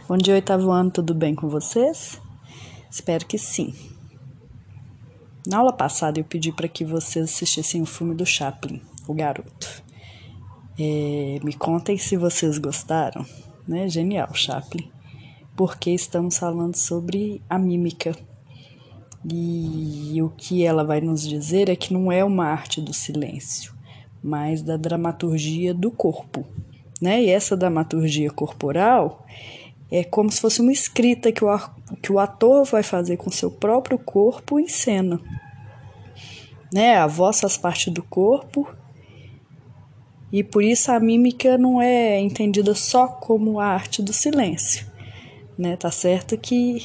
Bom dia, oitavo ano, tudo bem com vocês? Espero que sim. Na aula passada eu pedi para que vocês assistissem o filme do Chaplin, O Garoto. Me contem se vocês gostaram, né? Genial, Chaplin. Porque estamos falando sobre a mímica. E o que ela vai nos dizer é que não é uma arte do silêncio, mas da dramaturgia do corpo, né? E essa dramaturgia corporal é como se fosse uma escrita que o ator vai fazer com seu próprio corpo em cena, né? A voz faz parte do corpo e por isso a mímica não é entendida só como a arte do silêncio, né? Tá certo que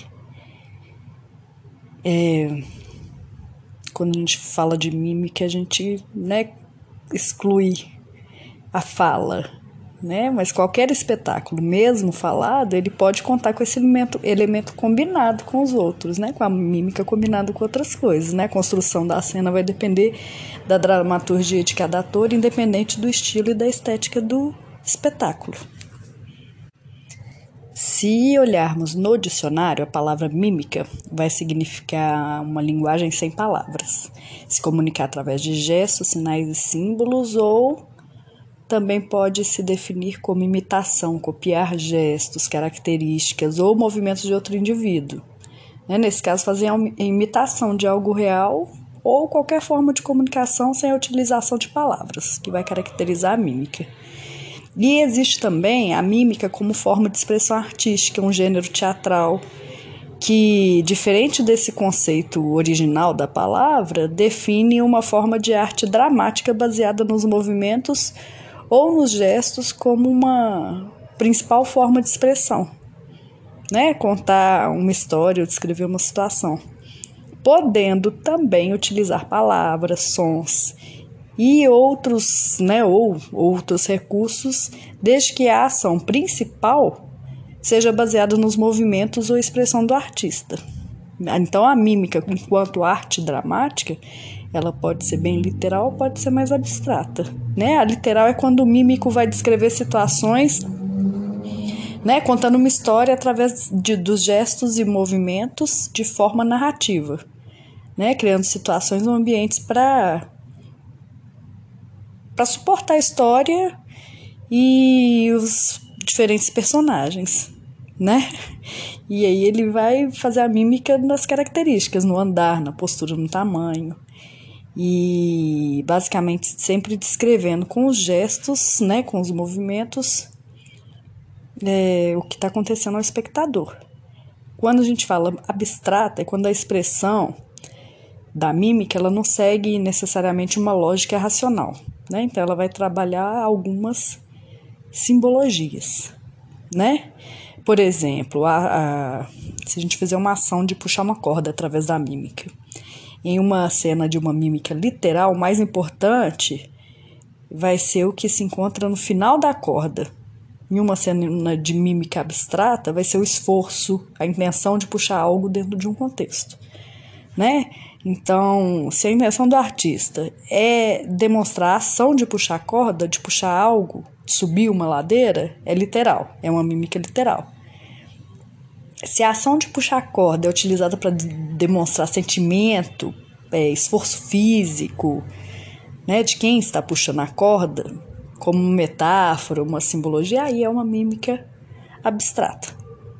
quando a gente fala de mímica a gente, né, exclui a fala, né? Mas qualquer espetáculo, mesmo falado, ele pode contar com esse elemento combinado com os outros, né? Com a mímica combinada com outras coisas, né? A construção da cena vai depender da dramaturgia de cada ator, independente do estilo e da estética do espetáculo. Se olharmos no dicionário, a palavra mímica vai significar uma linguagem sem palavras, se comunicar através de gestos, sinais e símbolos, ou também pode se definir como imitação, copiar gestos, características ou movimentos de outro indivíduo. Nesse caso, fazer a imitação de algo real ou qualquer forma de comunicação sem a utilização de palavras, que vai caracterizar a mímica. E existe também a mímica como forma de expressão artística, um gênero teatral, que, diferente desse conceito original da palavra, define uma forma de arte dramática baseada nos movimentos ou nos gestos como uma principal forma de expressão, né? Contar uma história ou descrever uma situação, podendo também utilizar palavras, sons e outros, né, ou outros recursos, desde que a ação principal seja baseada nos movimentos ou expressão do artista. Então, a mímica, enquanto arte dramática, ela pode ser bem literal ou pode ser mais abstrata, né? A literal é quando o mímico vai descrever situações, né, contando uma história através dos gestos e movimentos de forma narrativa, né, criando situações ou ambientes para suportar a história e os diferentes personagens, né? E aí ele vai fazer a mímica nas características, no andar, na postura, no tamanho. E basicamente sempre descrevendo com os gestos, né, com os movimentos, o que está acontecendo ao espectador. Quando a gente fala abstrata, é quando a expressão da mímica ela não segue necessariamente uma lógica racional, né? Então ela vai trabalhar algumas simbologias, né? Por exemplo, se a gente fizer uma ação de puxar uma corda através da mímica, em uma cena de uma mímica literal, o mais importante vai ser o que se encontra no final da corda. Em uma cena de mímica abstrata, vai ser o esforço, a intenção de puxar algo dentro de um contexto, né? Então, se a intenção do artista é demonstrar a ação de puxar corda, de puxar algo, de subir uma ladeira, é literal, é uma mímica literal. Se a ação de puxar corda é utilizada para demonstrar sentimento, esforço físico, né, de quem está puxando a corda, como uma metáfora, uma simbologia, aí é uma mímica abstrata.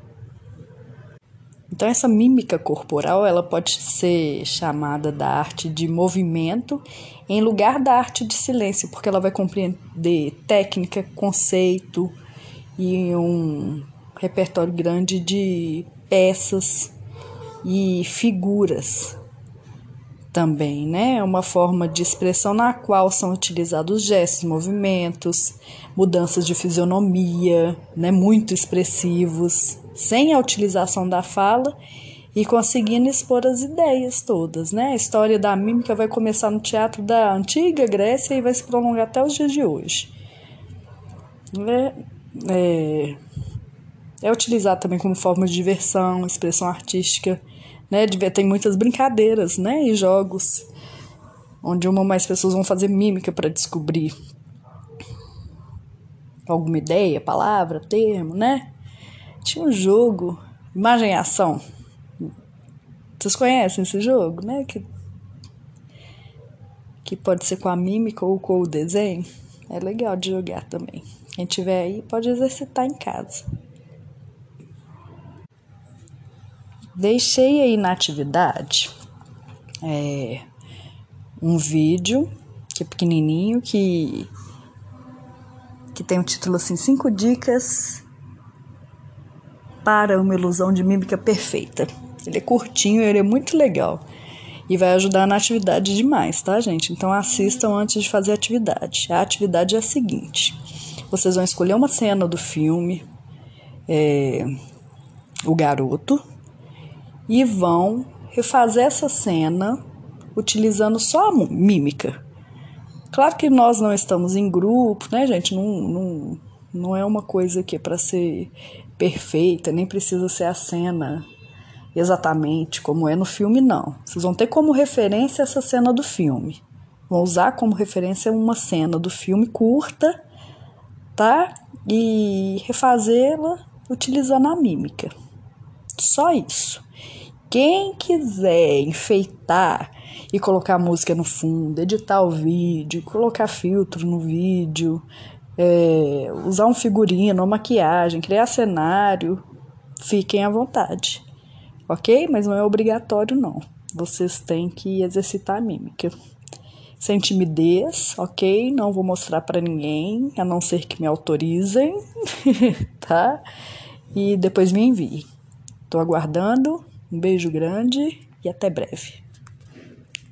Então, essa mímica corporal ela pode ser chamada da arte de movimento em lugar da arte de silêncio, porque ela vai compreender técnica, conceito e um repertório grande de peças e figuras também, né? É uma forma de expressão na qual são utilizados gestos, movimentos, mudanças de fisionomia, né? Muito expressivos, sem a utilização da fala e conseguindo expor as ideias todas, né? A história da mímica vai começar no teatro da antiga Grécia e vai se prolongar até os dias de hoje. É utilizado também como forma de diversão, expressão artística, né? Tem muitas brincadeiras, né? E jogos onde uma ou mais pessoas vão fazer mímica para descobrir alguma ideia, palavra, termo, né? Tinha um jogo, Imagem e Ação. Vocês conhecem esse jogo, né? Que pode ser com a mímica ou com o desenho. É legal de jogar também. Quem tiver aí pode exercitar em casa. Deixei aí na atividade um vídeo que é pequenininho, que tem um título assim, 5 dicas para uma ilusão de mímica perfeita. Ele é curtinho, ele é muito legal e vai ajudar na atividade demais, tá, gente? Então assistam antes de fazer a atividade. A atividade é a seguinte: vocês vão escolher uma cena do filme, O Garoto, e vão refazer essa cena utilizando só a mímica. Claro que nós não estamos em grupo, né, gente? Não é uma coisa que é para ser perfeita, nem precisa ser a cena exatamente como é no filme, não. Vocês vão ter como referência essa cena do filme. Vão usar como referência uma cena do filme curta, tá? E refazê-la utilizando a mímica. Só isso. Quem quiser enfeitar e colocar música no fundo, editar o vídeo, colocar filtro no vídeo, usar um figurino, uma maquiagem, criar cenário, fiquem à vontade, ok? Mas não é obrigatório, não. Vocês têm que exercitar a mímica. Sem timidez, ok? Não vou mostrar para ninguém, a não ser que me autorizem, tá? E depois me enviem. Estou aguardando. Um beijo grande e até breve.